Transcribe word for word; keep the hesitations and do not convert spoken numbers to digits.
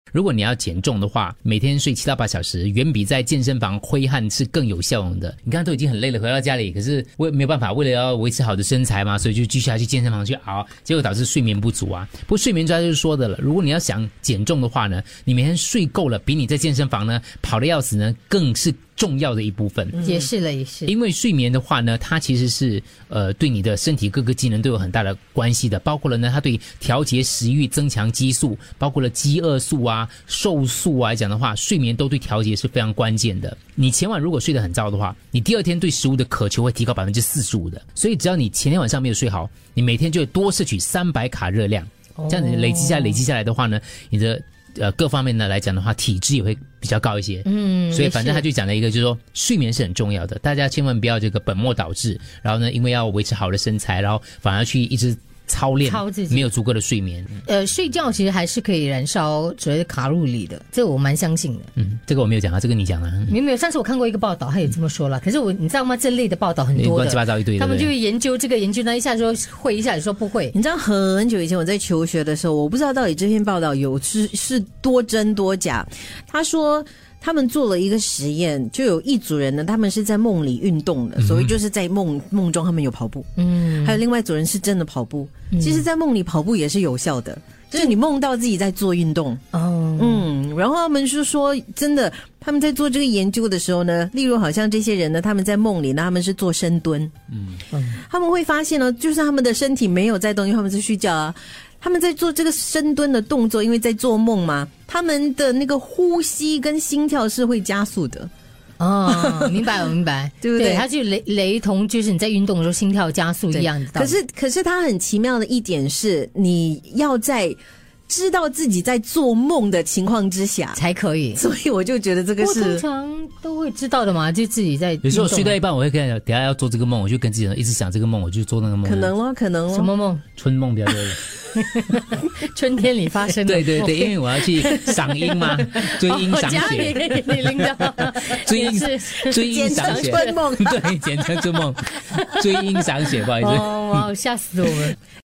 如果你要减重的话，每天睡七到八小时，远比在健身房挥汗是更有效用的。你看都已经很累了，回到家里，可是我也没有办法，为了要维持好的身材嘛，所以就继续要去健身房去熬，结果导致睡眠不足啊。不过睡眠专家就是说的了，如果你要想减重的话呢，你每天睡够了，比你在健身房呢跑得要死呢，更是重要的一部分。 也是了，也是。 因为睡眠的话呢，它其实是呃对你的身体各个机能都有很大的关系的，包括了呢，它对调节食欲、增强激素，包括了饥饿素啊、瘦素啊来讲的话，睡眠都对调节是非常关键的。你前晚如果睡得很糟的话，你第二天对食物的渴求会提高百分之四十五的。所以只要你前天晚上没有睡好，你每天就会多摄取三百卡热量，这样子累积下来累积下来的话呢，你的呃各方面呢来讲的话，体质也会比较高一些。嗯，所以反正他就讲了一个，就是说睡眠是很重要的，大家千万不要这个本末倒置，然后呢，因为要维持好的身材，然后反而去一直操练， 操自己， 没有足够的睡眠。 呃，睡觉其实还是可以燃烧所谓的卡路里的，这个我蛮相信的。 嗯，这个我没有讲啊，这个你讲啊。 没有没有，上次我看过一个报道，他也这么说了。可是我你知道吗？这类的报道很多的， 乱七八糟一堆的， 他们就会研究这个研究那一下说会，一下子说不会。 你知道很久以前我在求学的时候，我不知道到底这篇报道有是是多真多假。他说他们做了一个实验，就有一组人呢，他们是在梦里运动的，所谓就是在梦梦中他们有跑步，嗯，还有另外一组人是真的跑步。嗯、其实，在梦里跑步也是有效的，就是你梦到自己在做运动。哦，嗯，然后他们就说，真的，他们在做这个研究的时候呢，例如好像这些人呢，他们在梦里呢，他们是做深蹲，嗯，他们会发现呢，就是他们的身体没有在动，因为他们在睡觉啊。他们在做这个深蹲的动作，因为在做梦嘛，他们的那个呼吸跟心跳是会加速的。 哦，明白，我明白， 对不对？ 对，它就雷雷同，就是你在运动的时候心跳加速一样的。 可是，可是它很奇妙的一点是，你要在知道自己在做梦的情况之下才可以。 所以我就觉得这个是我通常都会知道的嘛，就自己在。 有时候睡到一半，我会跟等下要做这个梦，我就跟自己人一直想这个梦，我就做那个梦。 可能咯，可能咯。 什么梦？ 春梦比较多。 春天里发生的。 对对对，因为我要去赏樱嘛，追樱赏雪。 家里可以给你领导。 追樱追樱赏雪。 春梦。 对，简称春梦。追樱赏雪，不好意思。 哦，哇，吓死我们。